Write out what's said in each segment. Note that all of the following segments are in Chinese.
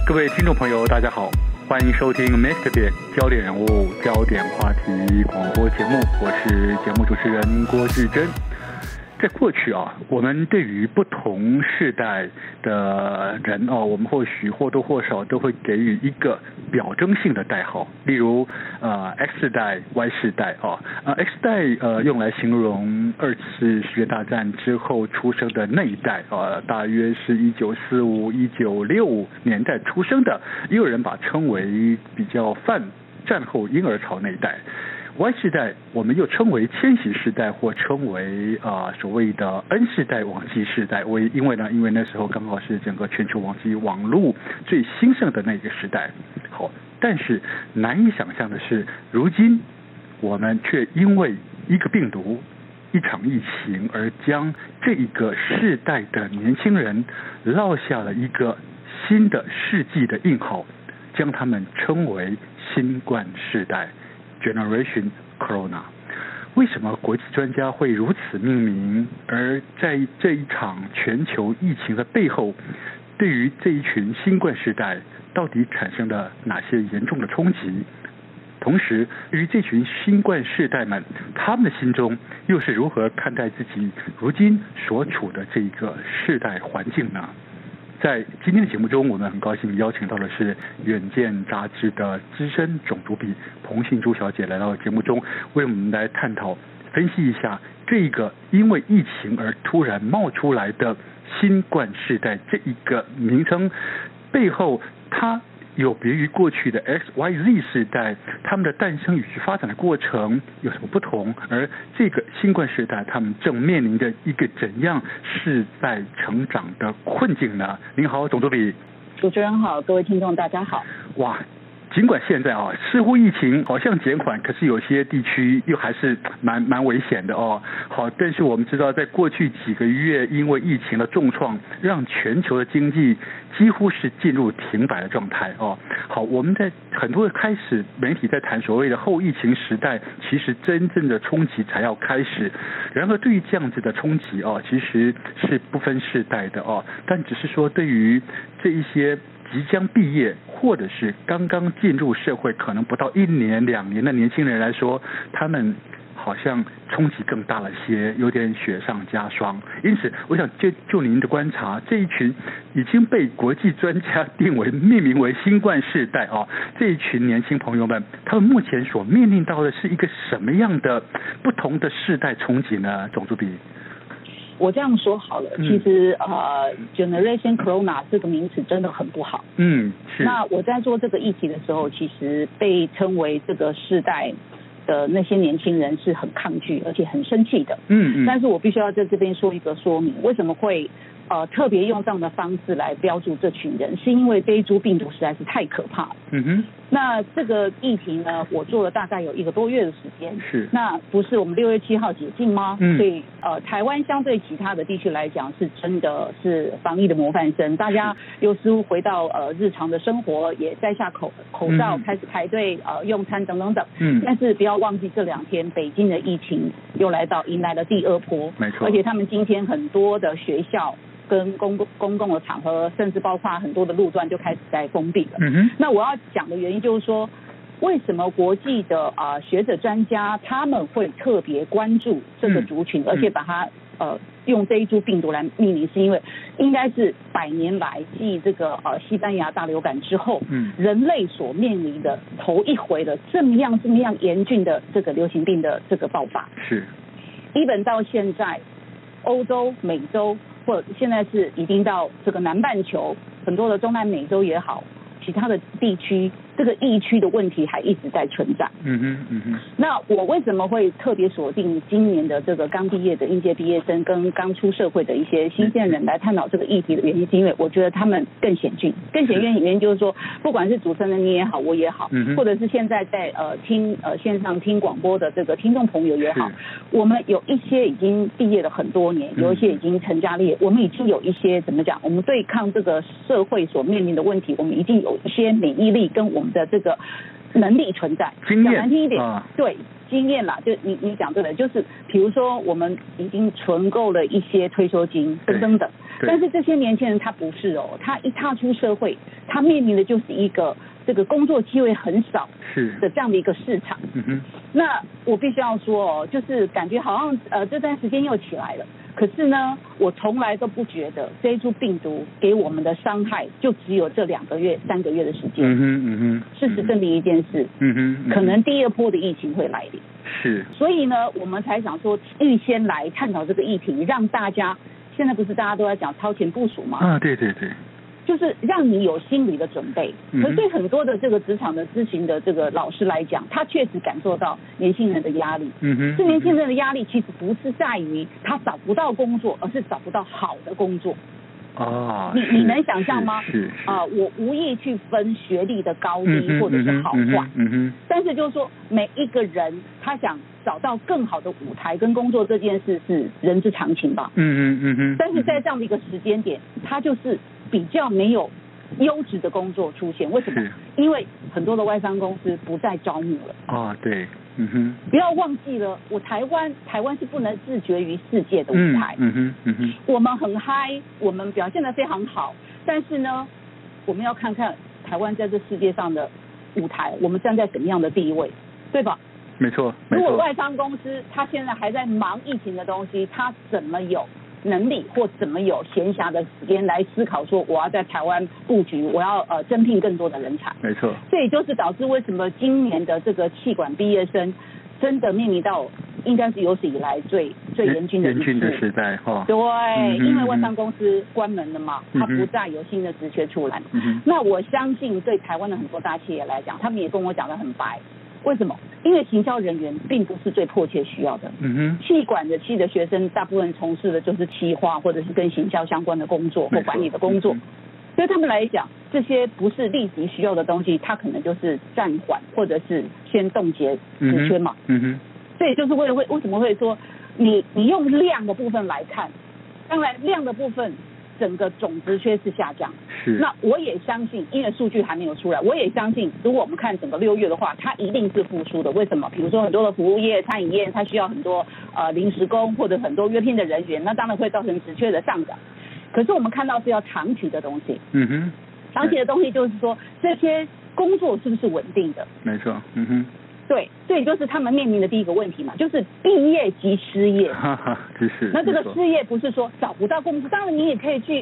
各位听众朋友，大家好，欢迎收听 Mr. Big 焦点人物、焦点话题广播节目，我是节目主持人郭志珍。在过去我们对于不同世代的人我们或许或多或少都会给予一个表征性的代号，例如X 世代、Y 世代X 代用来形容二次世界大战之后出生的那一代大约是1945、1965年代出生的，也有人把称为比较泛战后婴儿潮那一代。Y 世代我们又称为千禧世代，或称为所谓的 N 世代网际世代，因为那时候刚好是整个全球网络最兴盛的那个时代。好，但是难以想象的是，如今我们却因为一个病毒、一场疫情而将这一个世代的年轻人烙下了一个新的世纪的印号，将他们称为新冠世代 Generation Corona。 为什么国际专家会如此命名？而在这一场全球疫情的背后，对于这一群新冠世代到底产生了哪些严重的冲击？同时，对于这群新冠世代们，他们的心中又是如何看待自己如今所处的这个世代环境呢？在今天的节目中，我们很高兴邀请到的是《远见》杂志的资深总主笔彭信珠小姐来到节目中，为我们来探讨、分析一下这个因为疫情而突然冒出来的新冠世代这一个名称背后，它有别于过去的 XYZ 世代，他们的诞生与发展的过程有什么不同？而这个新冠世代，他们正面临着一个怎样世代成长的困境呢？您好，总主笔。 主持人好，各位听众大家好。 哇，尽管现在似乎疫情好像减缓，可是有些地区又还是蛮危险的好，但是我们知道，在过去几个月，因为疫情的重创，让全球的经济几乎是进入停摆的状态好，我们在很多的开始媒体在谈所谓的后疫情时代，其实真正的冲击才要开始。然而，对于这样子的冲击其实是不分世代的但只是说对于这一些即将毕业或者是刚刚进入社会可能不到1年2年的年轻人来说，他们好像冲击更大了些，有点雪上加霜。因此我想就您的观察，这一群已经被国际专家命名为新冠世代这一群年轻朋友们，他们目前所面临到的是一个什么样的不同的世代冲击呢？总主笔。 我这样说好了，其实Generation Corona 这个名词真的很不好。 是。 那我在做这个议题的时候，其实被称为这个世代的那些年轻人是很抗拒，而且很生气的。但是我必须要在这边说一个说明，为什么会特别用这样的方式来标注这群人，是因为这一株病毒实在是太可怕了。那这个议题呢，我做了大概有1个多月的时间。 是。 那不是我们6月7号解禁吗？所以台湾相对其他的地区来讲，是真的是防疫的模范生，大家又似乎回到日常的生活，也摘下口罩，开始排队用餐等等等。但是不要忘记这2天北京的疫情又迎来了第2波。 没错。 而且他们今天很多的学校跟公共的场合，甚至包括很多的路段就开始在封闭了。那我要讲的原因就是说，为什么国际的学者专家他们会特别关注这个族群，而且把它用这一株病毒来命名，是因为应该是100年来继这个西班牙大流感之后，人类所面临的头一回的这么样严峻的这个流行病的这个爆发。 是。 even到现在，欧洲、美洲，或者现在是已经到这个南半球，很多的中南美洲也好，其他的地区，这个疫区的问题还一直在存在。那我为什么会特别锁定今年的这个刚毕业的应届毕业生跟刚出社会的一些新鲜人来探讨这个议题的原因，是因为我觉得他们更显峻。原因就是说，不管是主持人你也好，我也好，或者是现在在线上听广播的这个听众朋友也好，我们有一些已经毕业了很多年，有一些已经成家立业，我们已经有一些怎么讲，我们对抗这个社会所面临的问题，我们已经有一些免疫力跟我们的这个能力存在。 经验， 讲难听一点，对，经验啦，就你讲对了，就是比如说我们已经存够了一些退休金等等等。 但是这些年轻人他不是哦，他一踏出社会，他面临的就是一个这个工作机会很少的这样的一个市场。那我必须要说哦，就是感觉好像这段时间又起来了。可是呢，我从来都不觉得这一株病毒给我们的伤害就只有这2个月、3个月的时间。事实证明一件事，可能第2波的疫情会来临。 是。所以呢，我们才想说预先来探讨这个议题，让大家现在不是大家都在讲超前部署吗？ 对。 就是让你有心理的准备。可是对很多的这个职场的咨询的这个老师来讲，他确实感受到年轻人的压力。这年轻人的压力其实不是在于他找不到工作，而是找不到好的工作。你能想象吗？我无意去分学历的高低或者是好坏，但是就是说每一个人他想找到更好的舞台跟工作这件事是人之常情吧。但是在这样的一个时间点，他就是比较没有优质的工作出现。为什么？因为很多的外商公司不再招募了。 对。 不要忘记了，台湾是不能自绝于世界的舞台。我们很嗨，我们表现得非常好，但是呢，我们要看看台湾在这世界上的舞台，我们站在什么样的地位，对吧？ 没错。 如果外商公司他现在还在忙疫情的东西，他怎么有能力或怎么有闲暇的时间来思考说我要在台湾布局，我要增聘更多的人才？没错。这也就是导致为什么今年的这个企管毕业生真的面临到应该是有史以来最严峻的时代。对，因为外商公司关门了嘛，他不再有新的职缺出来。那我相信对台湾的很多大企业来讲，他们也跟我讲得很白。为什么？因为行销人员并不是最迫切需要的。企管的学生大部分从事的就是企划或者是跟行销相关的工作或管理的工作，对他们来讲，这些不是立即需要的东西，他可能就是暂缓或者是先冻结职缺嘛。所以就是为什么会说你用量的部分来看，当然量的部分整个总职缺是下降。那我也相信，因为数据还没有出来，我也相信，如果我们看整个6月的话，它一定是复苏的。为什么？比如说很多的服务业、餐饮业，它需要很多临时工或者很多约聘的人员，那当然会造成职缺的上涨。可是我们看到是要长期的东西。长期的东西就是说，这些工作是不是稳定的？没错。对，所以就是他们面临的第一个问题嘛，就是毕业即失业。那这个失业不是说找不到工作，当然你也可以去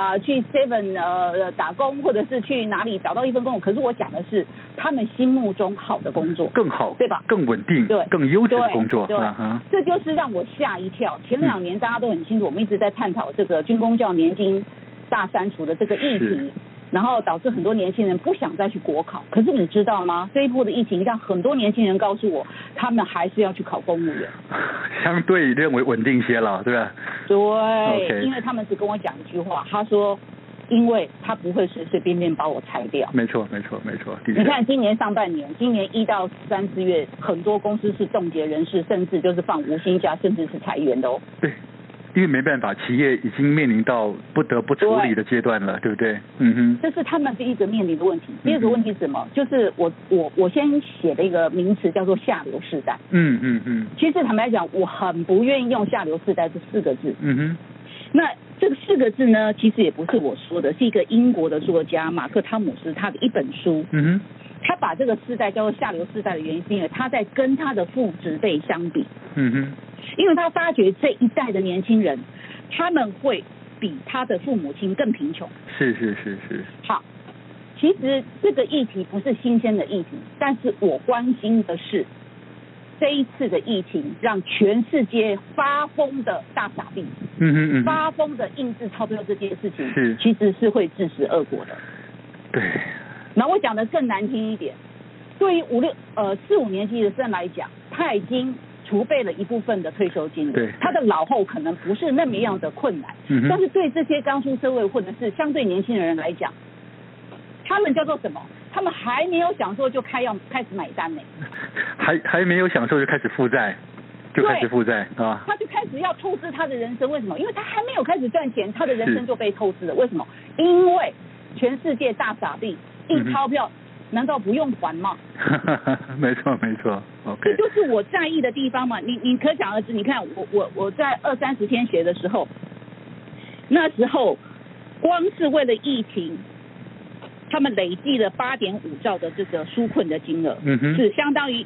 7 打工，或者是去哪里找到一份工作。可是我讲的是他们心目中好的工作，更好，对吧？更稳定，对，更优质的工作。对，这就是让我吓一跳。前2年大家都很清楚，我们一直在探讨这个军公教年金大删除的这个议题。然后导致很多年轻人不想再去国考，可是你知道吗？这一波的疫情让很多年轻人告诉我，他们还是要去考公务员，相对认为稳定些了，对吧？对，因为他们只跟我讲一句话，他说，因为他不会随随便便把我裁掉。没错。你看今年上半年，今年1到3、4月，很多公司是冻结人事，甚至就是放无薪假，甚至是裁员的哦。对。因为没办法，企业已经面临到不得不处理的阶段了，对不对？这是他们第一个面临的问题。第二个问题是什么？就是我先写的一个名词叫做下流世代。其实坦白讲，我很不愿意用下流世代这4个字。那这个4个字呢，其实也不是我说的，是一个英国的作家马克汤姆斯他的一本书。他把这个世代叫做下流世代的原因，是因为他在跟他的父执辈相比。因为他发觉这一代的年轻人，他们会比他的父母亲更贫穷。是。好，其实这个议题不是新鲜的议题，但是我关心的是这一次的疫情让全世界发疯的大傻逼，发疯的印制钞票这件事情，其实是会致死俄国的。对。然后我讲的更难听一点，对于4、5年级的生来讲，他已经储备了一部分的退休金，对，他的老后可能不是那么样的困难，但是对这些刚出社会或者是相对年轻的人来讲，他们叫做什么？他们还没有享受就开始买单呢，还没有享受就开始负债，啊！他就开始要透支他的人生，为什么？因为他还没有开始赚钱，他的人生就被透支了。为什么？因为全世界大傻逼印钞票。难道不用还吗？没错 ，OK， 这就是我在意的地方嘛。你可想而知，你看我在20、30天学的时候， 那时候光是为了疫情，他们累计了8.5兆的这个纾困的金额，是相当于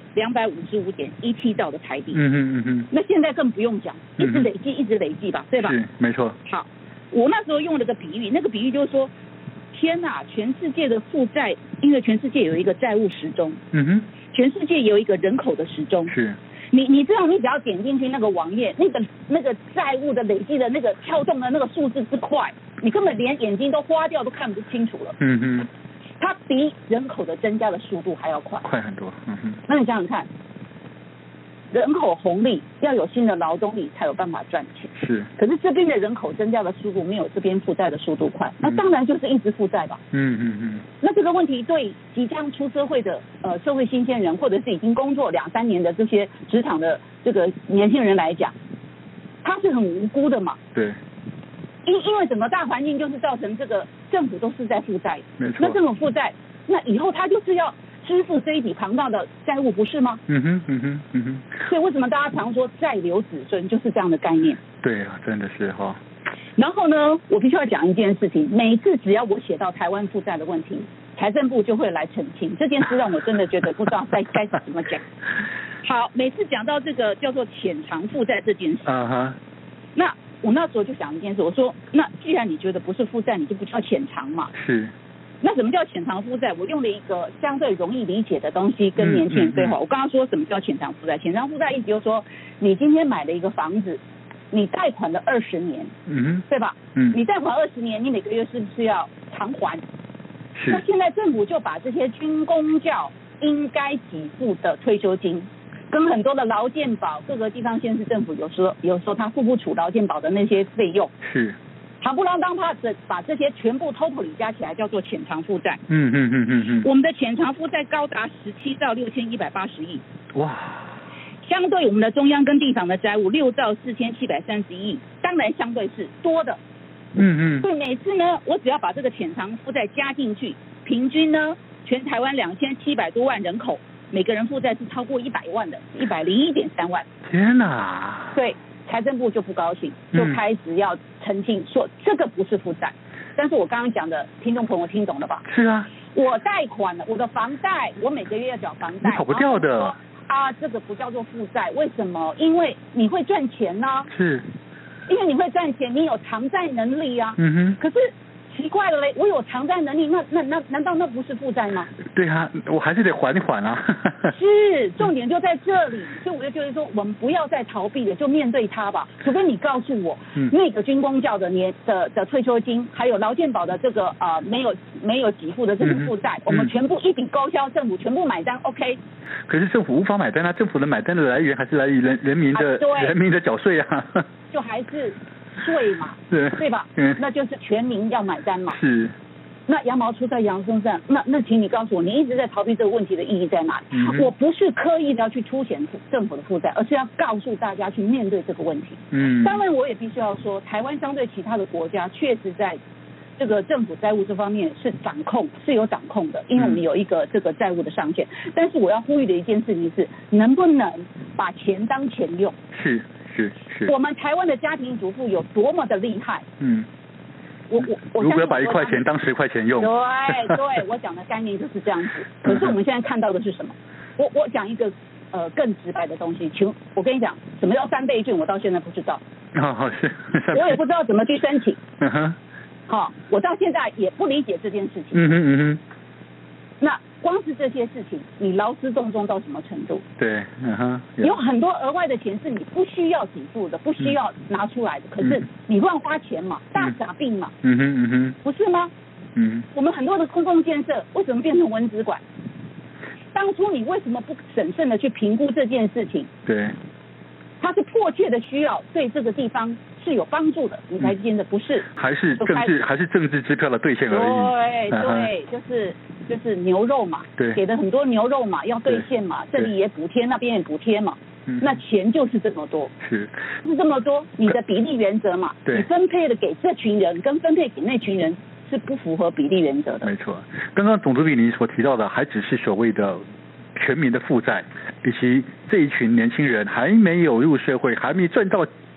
255.17兆的台币。那现在更不用讲，一直累计吧，对吧？ 是，没错。 好，我那时候用了个比喻，那个比喻就是说，天哪，全世界的负债，因为全世界有一个债务时钟，全世界有一个人口的时钟。 是。 你知道，你只要点进去那个网页，那个债务的累积的那个跳动的那个数字之快，你根本连眼睛都花掉都看不清楚了。它比人口的增加的速度还要快很多。 那你想想看，人口红利要有新的劳动力才有办法赚钱。 是。 可是这边的人口增加的速度没有这边负债的速度快，那当然就是一直负债吧。那这个问题对即将出社会的社会新鲜人，或者是已经工作2-3年的这些职场的这个年轻人来讲，他是很无辜的嘛。 对。 因为整个大环境就是造成这个政府都是在负债。 没错。 那这种负债，那以后他就是要支付这一笔庞大的债务，不是吗？所以为什么大家常说债留子孙，就是这样的概念。 对啊，真的是哈。 然后呢，我必须要讲一件事情，每次只要我写到台湾负债的问题，财政部就会来澄清。这件事让我真的觉得不知道该怎么讲。好，每次讲到这个叫做潜藏负债这件事，那我那时候就想一件事，我说，那既然你觉得不是负债，你就不叫潜藏嘛。 是。 那什么叫潜藏负债？我用了一个相对容易理解的东西跟年轻人对话。我刚刚说什么叫潜藏负债？潜藏负债意思就是说，你今天买了一个房子，你贷款了20年，对吧？你贷款20年，你每个月是不是要偿还？ 是。 那现在政府就把这些军公教应该给付的退休金，跟很多的劳健保，各个地方县市政府有时候他付不出劳健保的那些费用， 是。 夯不啷当把这些全部 totally 加起来叫做潜藏负债。我们的潜藏负债高达17兆6180亿。 哇！ 相对我们的中央跟地方的债务6兆4731亿，当然相对是多的。所以每次呢，我只要把这个潜藏负债加进去，平均呢，全台湾2700多万人口，每个人负债是超过100万的，101.3万。 天哪！ 对。财政部就不高兴，就开始要澄清说这个不是负债。但是我刚刚讲的，听众朋友听懂了吧？ 是啊。我贷款了，我的房贷，我每个月要缴房贷， 你跑不掉的。 这个不叫做负债，为什么？因为你会赚钱呢。 是。 因为你会赚钱，你有偿债能力啊。可是奇怪了嘞，我有偿债能力，那难道那不是负债吗？ 对啊，我还是得还一还啊。 是，重点就在这里，所以我就觉得说，我们不要再逃避了，就面对它吧。除非你告诉我，那个军公教的的退休金，还有劳健保的这个没有给付的这个负债，我们全部一笔勾销，政府全部买单 ，OK。 可是政府无法买单啊，政府的买单的来源还是来于人民的缴税啊。 就还是税嘛，对吧？那就是全民要买单嘛。 是。 那羊毛出在羊身上，那请你告诉我，你一直在逃避这个问题的意义在哪里？我不是刻意的要去凸显政府的负债，而是要告诉大家去面对这个问题。当然我也必须要说，台湾相对其他的国家，确实在这个政府债务这方面是有掌控的，因为我们有一个这个债务的上限。但是我要呼吁的一件事情是，能不能把钱当钱用？ 是。 我们台湾的家庭主妇有多么的厉害？我如果要把1块钱当10块钱用。 对，我讲的概念就是这样子。可是我们现在看到的是什么？我讲一个更直白的东西，我跟你讲，什么叫3倍券，我到现在不知道。 是。 我也不知道怎么去申请。我到现在也不理解这件事情。那光是这些事情，你劳师动众到什么程度？ 对， 有很多额外的钱是你不需要给付的，不需要拿出来的，可是你乱花钱嘛，大傻病嘛，不是吗？我们很多的公共建设为什么变成蚊子馆？当初你为什么不审慎的去评估这件事情？ 对， 它是迫切的需要，对这个地方是有帮助的，你才见的不是？ 还是政治支票的兑现而已。对，就是牛肉嘛，给的很多牛肉嘛，要兑现嘛，这里也补贴，那边也补贴嘛，那钱就是这么多，是这么多，你的比例原则嘛，你分配的给这群人跟分配给那群人是不符合比例原则的。 没错，刚刚总主笔您所提到的还只是所谓的全民的负债，以及这一群年轻人还没有入社会，还没赚到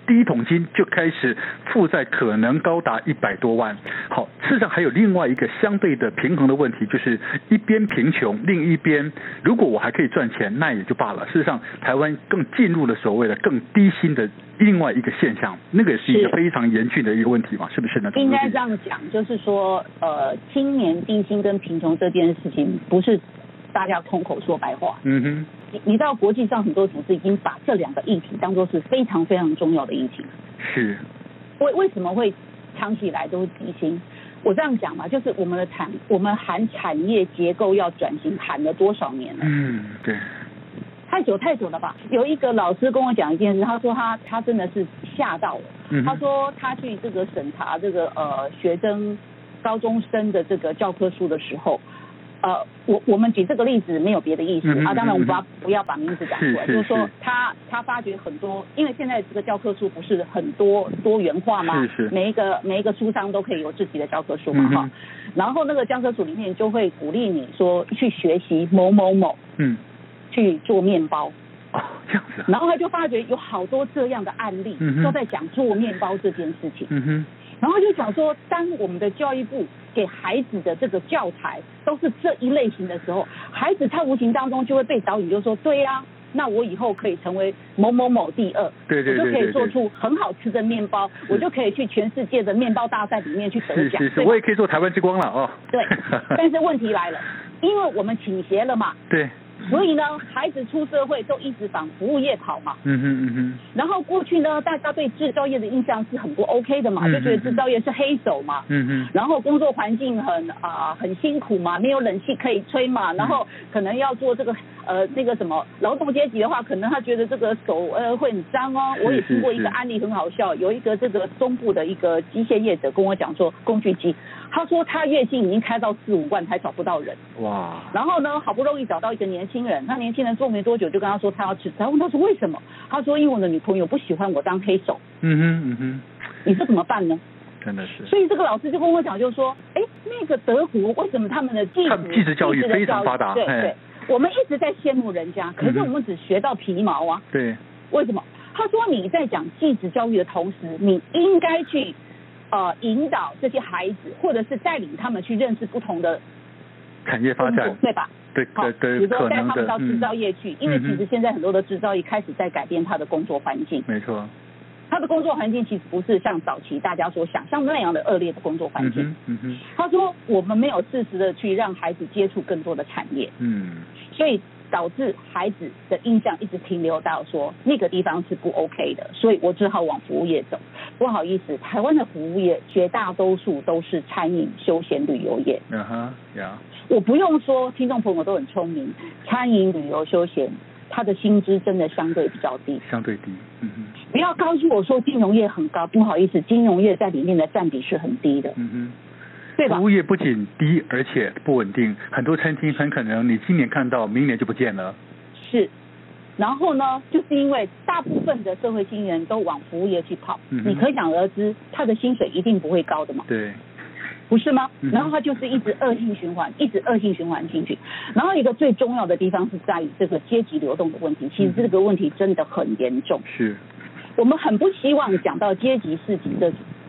第一桶金就开始负债可能高达100多万。好，事实上还有另外一个相对的平衡的问题，就是一边贫穷，另一边如果我还可以赚钱，那也就罢了。事实上，台湾更进入了所谓的更低薪的另外一个现象，那个也是一个非常严峻的一个问题嘛，是不是呢？ 应该这样讲，就是说，今年低薪跟贫穷这件事情，不是大家空口说白话。 嗯哼。 你知道国际上很多组织已经把这2个议题当作是非常非常重要的议题。 是。 为什么会长期以来都是低薪？我这样讲嘛，就是我们含产业结构要转型喊了多少年了？ 对。 太久了吧？有一个老师跟我讲一件事，他说他真的是吓到了。他说他去这个审查这个学生高中生的这个教科书的时候。我们举这个例子没有别的意思当然我们不要把名字讲出来，就是说他发觉很多，因为现在这个教科书不是很多元化吗？ 是每一个书商都可以有自己的教科书嘛然后那个教科书里面就会鼓励你说去学习某某某去做面包这样子然后他就发觉有好多这样的案例都在讲做面包这件事情然后就讲说，当我们的教育部给孩子的这个教材都是这一类型的时候，孩子他无形当中就会被导引，就说对啊，那我以后可以成为某某某第2， 对， 我就可以做出很好吃的面包，我就可以去全世界的面包大赛里面去得奖。 是，我也可以做台湾之光了对，但是问题来了，因为我们倾斜了嘛。 对。 所以呢，孩子出社会都一直往服务业跑嘛。然后过去呢，大家对制造业的印象是很不 OK 的嘛，就觉得制造业是黑手嘛。然后工作环境很辛苦嘛，没有冷气可以吹嘛，然后可能要做这个那个什么劳动阶级的话，可能他觉得这个手会很脏哦。我也听过一个案例很好笑，有一个这个中部的一个机械业者跟我讲说，工具机，他说他月薪已经开到4-5万，还找不到人。 哇！ 然后呢，好不容易找到一个年轻人，那年轻人做没多久就跟他说他要辞职，他问他说为什么？他说因为我的女朋友不喜欢我当黑手。你说怎么办呢？ 真的是。 所以这个老师就跟我讲，就说，那个德国为什么他们的技职教育非常发达？ 对，我们一直在羡慕人家，可是我们只学到皮毛啊。 对。 为什么？他说你在讲技职教育的同时，你应该去引导这些孩子，或者是带领他们去认识不同的产业发展， 对吧？ 对， 比如说带他们到制造业去，因为其实现在很多的制造业开始在改变他的工作环境。 没错。 他的工作环境其实不是像早期大家所想象那样的恶劣的工作环境。他说我们没有适时的去让孩子接触更多的产业。所以导致孩子的印象一直停留到说那个地方是不 OK 的，所以我只好往服务业走。不好意思，台湾的服务业绝大多数都是餐饮、休闲、旅游业。我不用说，听众朋友都很聪明，餐饮、旅游、休闲，它的薪资真的相对比较低。 相对低。 不要告诉我说金融业很高，不好意思，金融业在里面的占比是很低的。对吧？ 服务业不仅低，而且不稳定，很多餐厅很可能你今年看到，明年就不见了。是， 然后呢，就是因为大部分的社会新人都往服务业去跑，你可想而知，他的薪水一定不会高的嘛。 对。 不是吗？然后他就是一直恶性循环，一直恶性循环进去。然后一个最重要的地方是在于这个阶级流动的问题，其实这个问题真的很严重。 是。 我们很不希望讲到阶级世袭这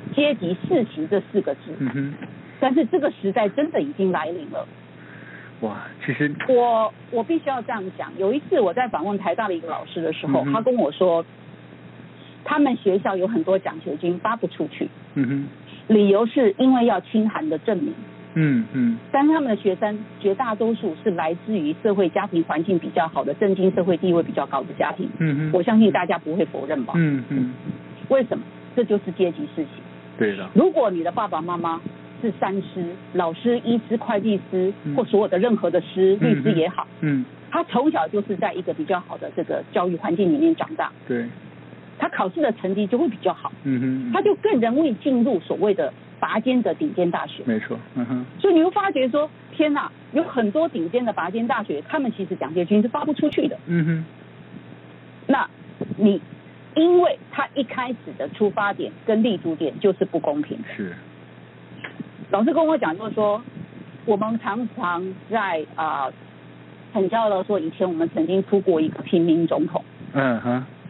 4个字。但是这个时代真的已经来临了。 哇，其实我必须要这样讲。有一次我在访问台大的一个老师的时候，他跟我说，他们学校有很多奖学金发不出去。理由是因为要清寒的证明。但是他们的学生绝大多数是来自于社会家庭环境比较好的、政经社会地位比较高的家庭。我相信大家不会否认吧。为什么？这就是阶级世袭。 对的。 如果你的爸爸妈妈是三师、老师、医师、会计师，或所有的任何的师、律师也好，他从小就是在一个比较好的这个教育环境里面长大。 对。 他考试的成绩就会比较好。他就更容易进入所谓的拔尖的顶尖大学。 没错。 所以你会发觉说，天哪，有很多顶尖的拔尖大学，他们其实奖学金是发不出去的。那你因为他一开始的出发点跟立足点就是不公平。 是。 老师跟我讲，就是说，我们常常在很骄傲的说，以前我们曾经出过一个平民总统。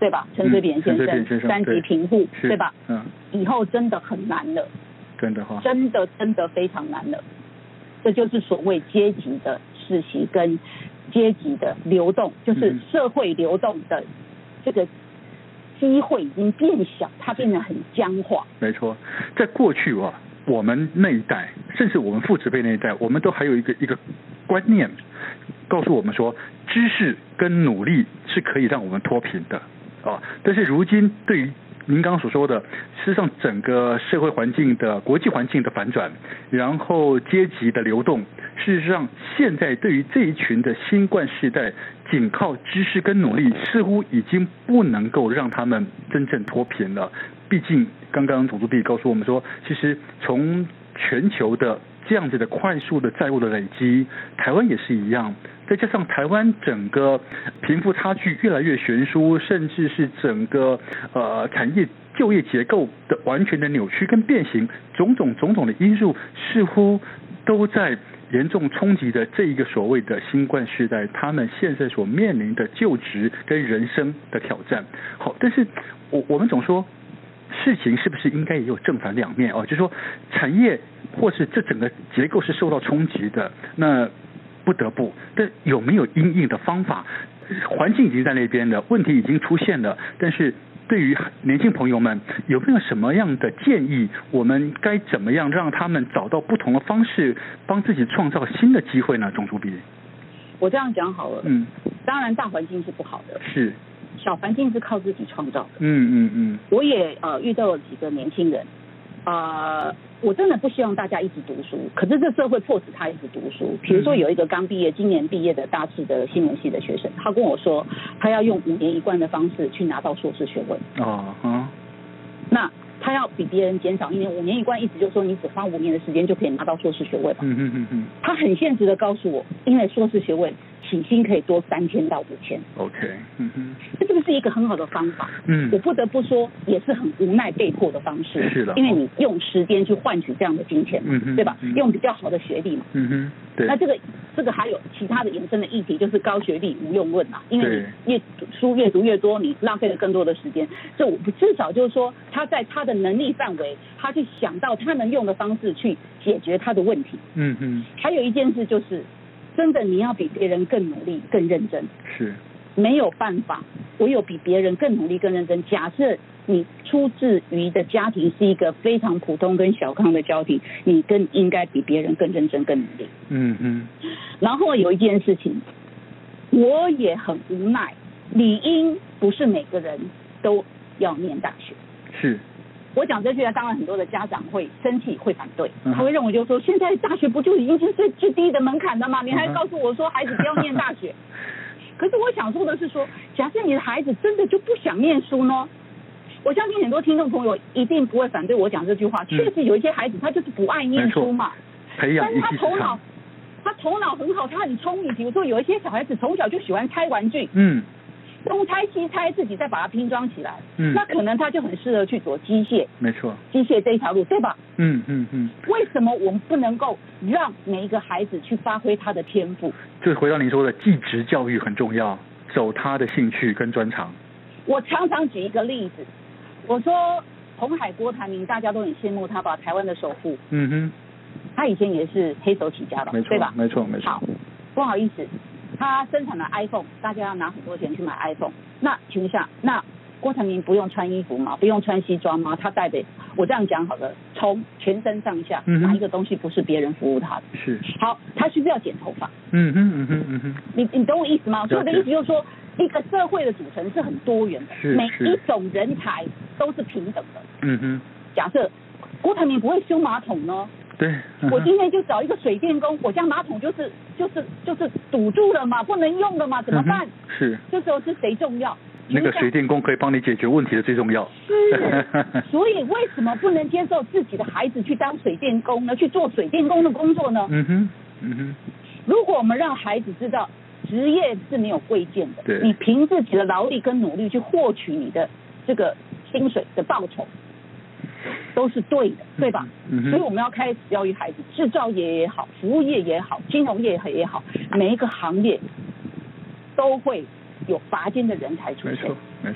对吧？陈水扁先生3级贫户，对吧？以后真的很难了， 真的哈， 真的非常难了。这就是所谓阶级的世袭跟阶级的流动，就是社会流动的这个机会已经变小，它变得很僵化。 没错，在过去啊，我们那一代，甚至我们父执辈那一代，我们都还有一个观念，告诉我们说，知识跟努力是可以让我们脱贫的啊。但是如今对于您刚刚所说的，事实上整个社会环境的国际环境的反转，然后阶级的流动，事实上现在对于这一群的新冠世代，仅靠知识跟努力似乎已经不能够让他们真正脱贫了。毕竟刚刚总督币告诉我们说，其实从全球的这样子的快速的债务的累积，台湾也是一样，再加上台湾整个贫富差距越来越悬殊，甚至是整个产业就业结构的完全的扭曲跟变形，种种的因素似乎都在严重冲击的这一个所谓的新冠时代，他们现在所面临的就职跟人生的挑战。好，但是我们总说事情是不是应该也有正反两面哦？就是说产业或是这整个结构是受到冲击的，那不得不，但有没有因应的方法？环境已经在那边了，问题已经出现了，但是对于年轻朋友们有没有什么样的建议？我们该怎么样让他们找到不同的方式，帮自己创造新的机会呢？总主笔， 我这样讲好了，当然大环境是不好的， 是小环境是靠自己创造的。我也遇到了几个年轻人，我真的不希望大家一直读书，可是这社会迫使他一直读书。比如说有一个刚毕业，今年毕业的大四的新闻系的学生，他跟我说，他要用5年1贯的方式去拿到硕士学位。那他要比别人减少1年，5年1贯，意思就是说你只花5年的时间就可以拿到硕士学位吧。他很现实的告诉我，因为硕士学位起薪可以多3000到5000。 OK， 这个是一个很好的方法。我不得不说，也是很无奈被迫的方式。 是的， 因为你用时间去换取这样的金钱嘛，对吧？用比较好的学历嘛。 对。 那这个还有其他的延伸的议题，就是高学历无用论嘛，因为你书越读越多，你浪费了更多的时间。这我至少就是说，他在他的能力范围，他去想到他能用的方式去解决他的问题。还有一件事就是，真的你要比别人更努力、更认真。 是。 没有办法，唯有比别人更努力、更认真。假设你出自于的家庭是一个非常普通跟小康的家庭，你更应该比别人更认真、更努力。然后有一件事情，我也很无奈，理应不是每个人都要念大学。 是。 我讲这句当然很多的家长会生气、会反对，他会认为就是说，现在大学不就已经是最低的门槛了吗？你还告诉我说孩子不要念大学。可是我想说的是说，假设你的孩子真的就不想念书呢？我相信很多听众朋友一定不会反对我讲这句话。确实有一些孩子他就是不爱念书嘛， 培养一技之长。 但是他头脑很好，他很聪明。比如说有一些小孩子从小就喜欢拆玩具，东拆西拆，自己再把它拼装起来，那可能他就很适合去做机械。 没错， 机械这一条路，对吧？为什么我们不能够让每一个孩子去发挥他的天赋？ 就回到您说的，技职教育很重要，走他的兴趣跟专长。 我常常举一个例子，我说鸿海郭台铭，大家都很羡慕他吧，台湾的首富。他以前也是黑手起家吧，对吧？ 没错。好， 不好意思，他生产了 iPhone， 大家要拿很多钱去买 iPhone。那请问一下，那郭台铭不用穿衣服吗？不用穿西装吗？他带的，我这样讲好了，从全身上下，哪一个东西不是别人服务他的？ 是。 好，他需不需要剪头发？你懂我意思吗？所以我的意思就是说，一个社会的组成是很多元的，每一种人才都是平等的。假设郭台铭不会修马桶呢？ 对。 我今天就找一个水电工，我家马桶就是堵住了嘛，不能用了嘛，怎么办？ 是。 这时候是谁重要？ 那个水电工可以帮你解决问题的最重要。 是。所以为什么不能接受自己的孩子去当水电工呢？去做水电工的工作呢？如果我们让孩子知道职业是没有贵贱的，你凭自己的劳力跟努力去获取你的这个薪水的报酬，都是对的，对吧？所以我们要开始教育孩子，制造业也好，服务业也好，金融业也好，每一个行业都会有拔尖的人才出现。 没错。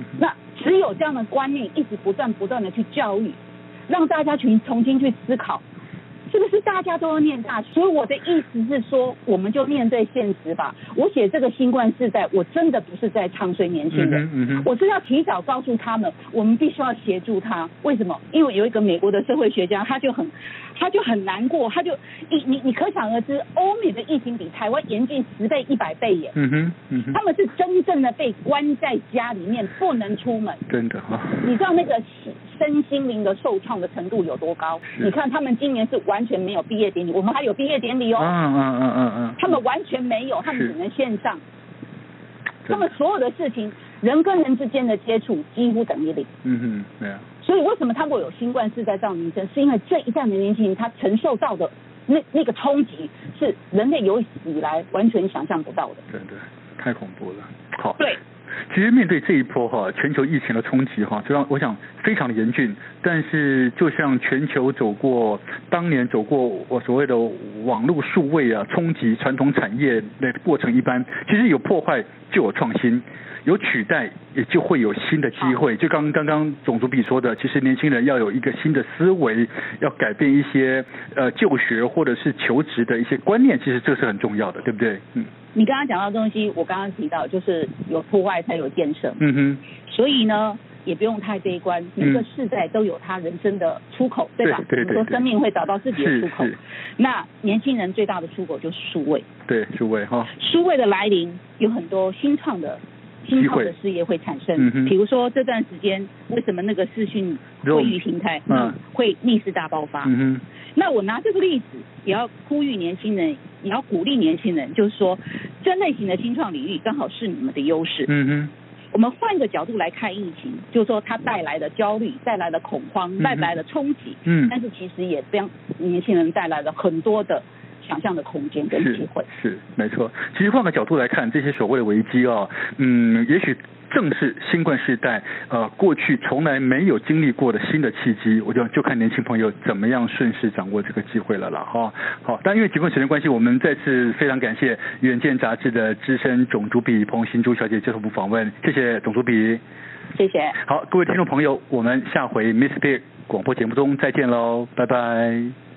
那只有这样的观念，一直不断的去教育，让大家去重新去思考。是不是大家都要念大学？所以我的意思是说，我们就面对现实吧。我写这个新冠世代，我真的不是在唱衰年轻人，我是要提早告诉他们，我们必须要协助他。为什么？因为有一个美国的社会学家，他就很难过，你可想而知，欧美的疫情比台湾严峻10倍、100倍耶。他们是真正的被关在家里面，不能出门。真的啊！你知道那个身心灵的受创的程度有多高？你看他们今年是完全没有毕业典礼，我们还有毕业典礼哦。他们完全没有，他们只能线上。他们所有的事情，人跟人之间的接触几乎等于0。对啊。所以为什么他会有新冠世代造名声？是因为这一代的年轻人他承受到的那个冲击，是人类有史以来完全想象不到的。真的太恐怖了。好。对。其实面对这一波全球疫情的冲击就让我想非常的严峻，但是就像全球当年走过我所谓的网络数位冲击传统产业的过程一般，其实有破坏就有创新，有取代也就会有新的机会。就刚刚总主笔说的，其实年轻人要有一个新的思维，要改变一些就学或者是求职的一些观念，其实这是很重要的，对不对？你刚刚讲到的东西，我刚刚提到就是有破坏才有建设。所以呢，也不用太悲观，每个世代都有他人生的出口，对吧？对，说生命会找到自己的出口。那年轻人最大的出口就是数位。对，数位数位的来临，有很多新创的事业会产生。比如说这段时间，为什么那个视讯会议平台会逆势大爆发？那我拿这个例子，也要呼吁年轻人，也要鼓励年轻人，就是说，这类型的新创领域刚好是你们的优势。我们换个角度来看疫情，就是说它带来的焦虑、带来的恐慌、带来的冲击。但是其实也让年轻人带来了很多的想象的空间跟机会。是没错。其实换个角度来看，这些所谓的危机也许正是新冠世代过去从来没有经历过的新的契机，我就看年轻朋友怎么样顺势掌握这个机会了啦。好，但因为节目时间关系，我们再次非常感谢《远见》杂志的资深总主笔彭欣珠小姐接受我们访问，谢谢总主笔。谢谢。好，各位听众朋友，我们下回 Miss Big 广播节目中再见喽，拜拜。